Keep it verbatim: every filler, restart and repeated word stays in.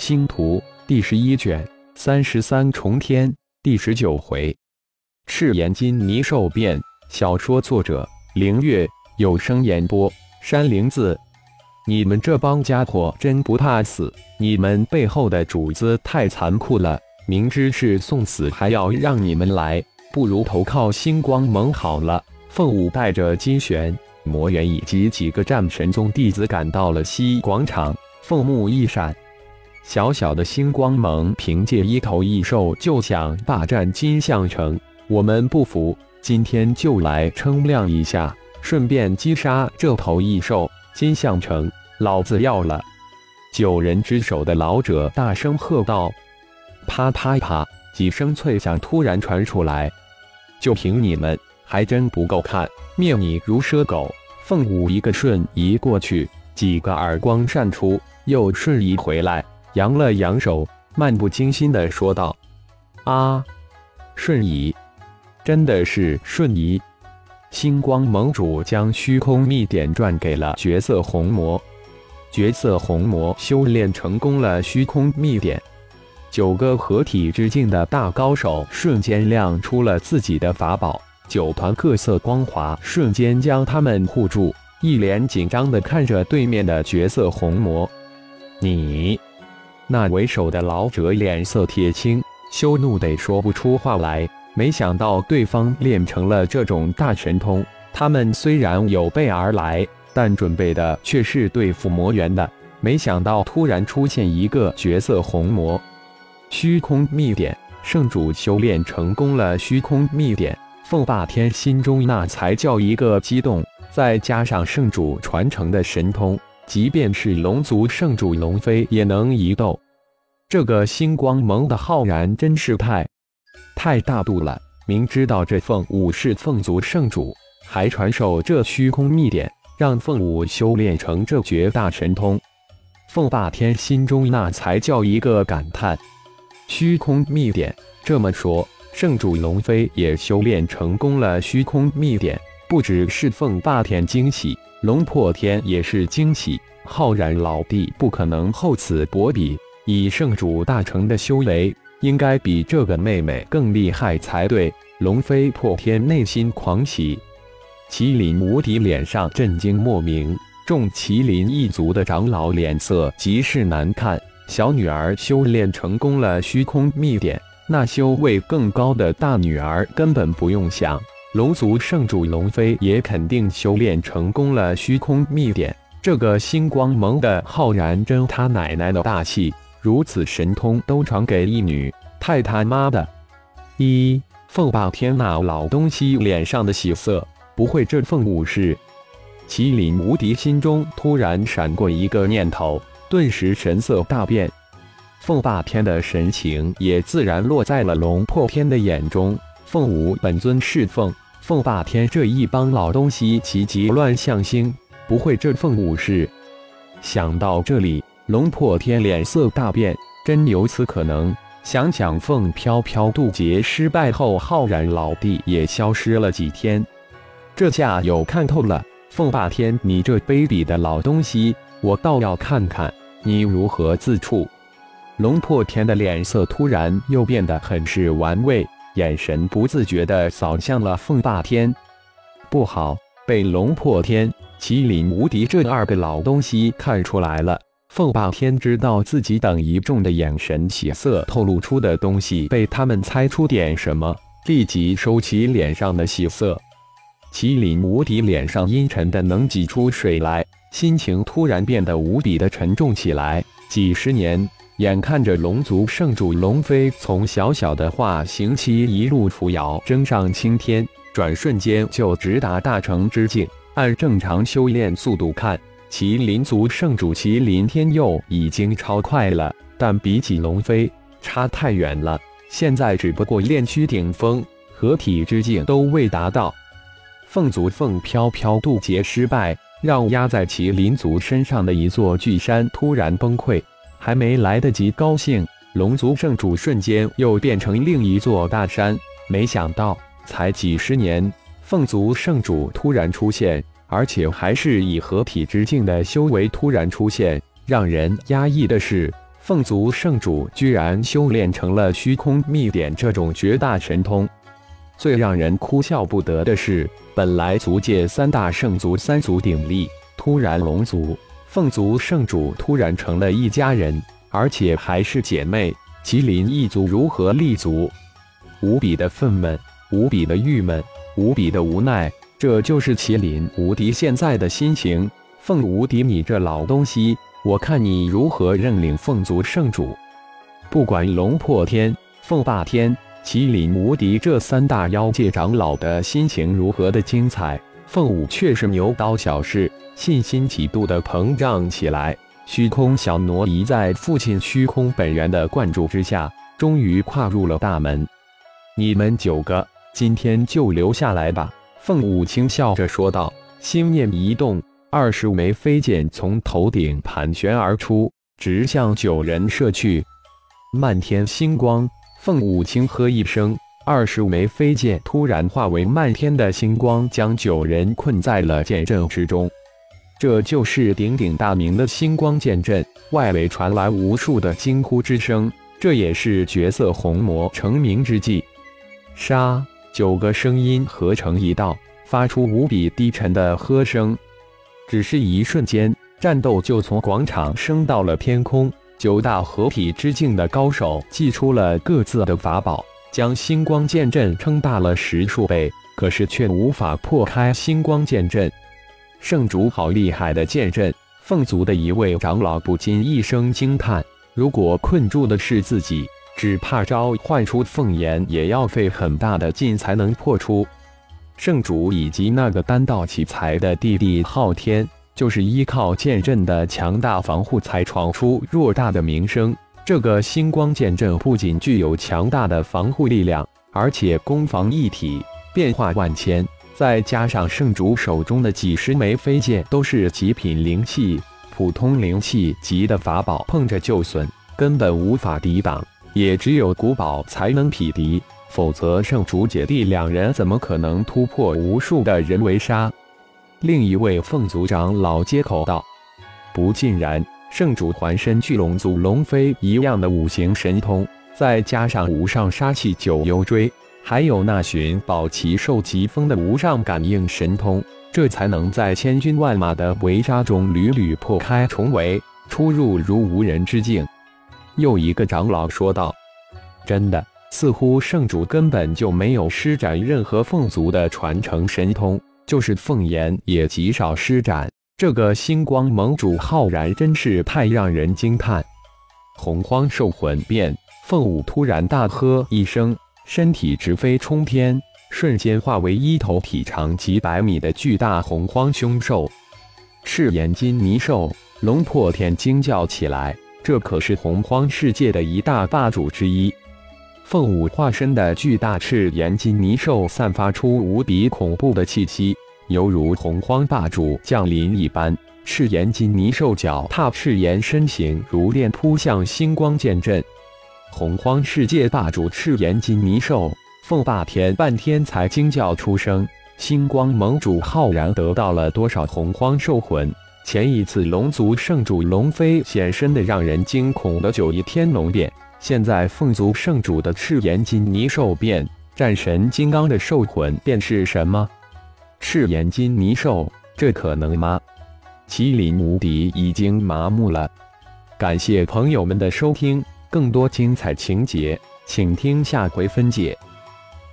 星图第十一卷三十三重天第十九回，赤炎金泥兽变。小说作者：凌月，有声演播：山灵子。你们这帮家伙真不怕死！你们背后的主子太残酷了，明知是送死还要让你们来，不如投靠星光盟好了。凤舞带着金玄、魔元以及几个战神宗弟子赶到了西广场，凤目一闪。小小的星光盟凭借一头异兽就想霸占金象城，我们不服，今天就来称量一下，顺便击杀这头异兽。金象城，老子要了！九人之首的老者大声喝道。啪啪啪，几声脆响突然传出来。就凭你们，还真不够看，灭你如蛇狗！凤舞一个瞬移过去，几个耳光闪出，又瞬移回来，扬了扬手，漫不经心地说道：啊，瞬移，真的是瞬移！星光盟主将虚空秘典转给了绝色红魔，绝色红魔修炼成功了虚空秘典。九个合体之境的大高手瞬间亮出了自己的法宝，九团各色光华瞬间将他们护住，一脸紧张地看着对面的绝色红魔。你，那为首的老者脸色铁青，羞怒得说不出话来。没想到对方练成了这种大神通，他们虽然有备而来，但准备的却是对付魔元的。没想到突然出现一个绝色红魔。虚空秘典，圣主修炼成功了虚空秘典，凤霸天心中那才叫一个激动。再加上圣主传承的神通，即便是龙族圣主龙飞也能一斗。这个星光盟的浩然真是太太大度了，明知道这凤舞是凤族圣主，还传授这虚空秘典，让凤舞修炼成这绝大神通。凤霸天心中那才叫一个感叹。虚空秘典，这么说，圣主龙飞也修炼成功了虚空秘典，不只是凤霸天惊喜，龙破天也是惊喜。浩然老弟不可能厚此薄彼，以圣主大成的修为，应该比这个妹妹更厉害才对。龙飞破天内心狂喜，麒麟无敌脸上震惊莫名，众麒麟一族的长老脸色极是难看。小女儿修炼成功了虚空秘典，那修为更高的大女儿根本不用想。龙族圣主龙飞也肯定修炼成功了虚空秘典。这个星光盟的浩然真他奶奶的大气，如此神通都传给一女，太他妈的！一凤霸天那老东西脸上的喜色，不会这凤舞是？麒麟无敌心中突然闪过一个念头，顿时神色大变。凤霸天的神情也自然落在了龙破天的眼中。凤舞本尊是凤，凤霸天这一帮老东西奇极乱象星，不会这凤舞是？想到这里，龙破天脸色大变，真有此可能？想想凤飘飘渡劫失败后，浩然老弟也消失了几天，这下有看透了。凤霸天，你这卑鄙的老东西，我倒要看看你如何自处。龙破天的脸色突然又变得很是玩味，眼神不自觉地扫向了凤霸天。不好，被龙破天、麒麟无敌这二个老东西看出来了。凤霸天知道自己等一众的眼神血色透露出的东西被他们猜出点什么，立即收起脸上的喜色。麒麟无敌脸上阴沉的能挤出水来，心情突然变得无比的沉重起来。几十年，眼看着龙族圣主龙飞从小小的化形期一路扶摇升上青天，转瞬间就直达大成之境。按正常修炼速度看，麒麟族圣主麒麟天佑已经超快了，但比起龙飞差太远了。现在只不过炼躯顶峰，合体之境都未达到。凤族凤飘飘渡劫失败，让压在麒麟族身上的一座巨山突然崩溃。还没来得及高兴，龙族圣主瞬间又变成另一座大山。没想到，才几十年，凤族圣主突然出现，而且还是以合体之境的修为突然出现。让人压抑的是， 凤族圣主居然修炼成了虚空秘典这种绝大神通。最让人哭笑不得的是，本来族界三大圣族三足鼎立，突然龙族、凤族圣主突然成了一家人，而且还是姐妹，麒麟一族如何立足？无比的愤懑，无比的郁闷，无比的无奈，这就是麒麟无敌现在的心情。凤无敌，你这老东西，我看你如何认领凤族圣主。不管龙破天、凤霸天、麒麟无敌这三大妖界长老的心情如何的精彩，凤舞却是牛刀小试，信心极度的膨胀起来。虚空小挪移在父亲虚空本源的灌注之下，终于跨入了大门。你们九个，今天就留下来吧。凤舞轻笑着说道，心念一动，二十枚飞剑从头顶盘旋而出，直向九人射去。漫天星光，凤舞轻喝一声，二十枚飞剑突然化为漫天的星光，将九人困在了剑阵之中。这就是鼎鼎大名的星光剑阵，外围传来无数的惊呼之声，这也是绝色红魔成名之际。杀！九个声音合成一道，发出无比低沉的喝声。只是一瞬间，战斗就从广场升到了天空。九大合体之境的高手祭出了各自的法宝，将星光剑阵撑大了十数倍，可是却无法破开星光剑阵。圣主好厉害的剑阵！凤族的一位长老不禁一声惊叹：如果困住的是自己，只怕召唤出凤炎也要费很大的劲才能破出。圣主以及那个单道奇才的弟弟昊天，就是依靠剑阵的强大防护才闯出偌大的名声。这个星光剑阵不仅具有强大的防护力量，而且攻防一体，变化万千。再加上圣主手中的几十枚飞剑都是极品灵气，普通灵气级的法宝碰着就损，根本无法抵挡，也只有古宝才能匹敌，否则圣主姐弟两人怎么可能突破无数的人为杀？另一位凤族长老接口道：不尽然，圣主环身巨龙族龙飞一样的五行神通，再加上无上杀气九幽锥，还有那寻宝奇兽疾风的无上感应神通，这才能在千军万马的围杀中屡屡破开重围，出入如无人之境。又一个长老说道：真的，似乎圣主根本就没有施展任何凤族的传承神通，就是凤炎也极少施展。这个星光盟主浩然真是太让人惊叹。洪荒兽魂变！凤舞突然大喝一声，身体直飞冲天，瞬间化为一头体长几百米的巨大洪荒凶兽。赤炎金泥兽！龙破天惊叫起来，这可是洪荒世界的一大霸主之一。凤舞化身的巨大赤炎金泥兽散发出无比恐怖的气息，犹如洪荒霸主降临一般。赤炎金泥兽脚踏赤炎身形如电扑向星光剑阵。洪荒世界霸主赤炎金泥兽！凤霸天半天才惊叫出声。星光盟主浩然得到了多少洪荒兽魂？前一次龙族圣主龙飞显身的让人惊恐的九翼天龙变，现在凤族圣主的赤炎金泥兽变，战神金刚的兽魂便是什么？赤炎金泥兽，这可能吗？麒麟无敌已经麻木了。感谢朋友们的收听，更多精彩情节，请听下回分解。